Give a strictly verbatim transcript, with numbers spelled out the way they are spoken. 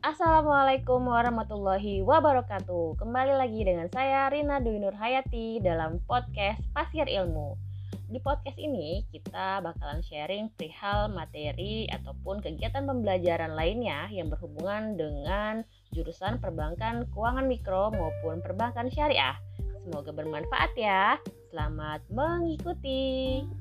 Assalamualaikum warahmatullahi wabarakatuh. Kembali lagi dengan saya Rina Dwi Nur Hayati dalam podcast Pasir Ilmu. Di podcast ini kita bakalan sharing perihal materi ataupun kegiatan pembelajaran lainnya yang berhubungan dengan jurusan perbankan keuangan mikro maupun perbankan syariah. Semoga bermanfaat ya. Selamat mengikuti.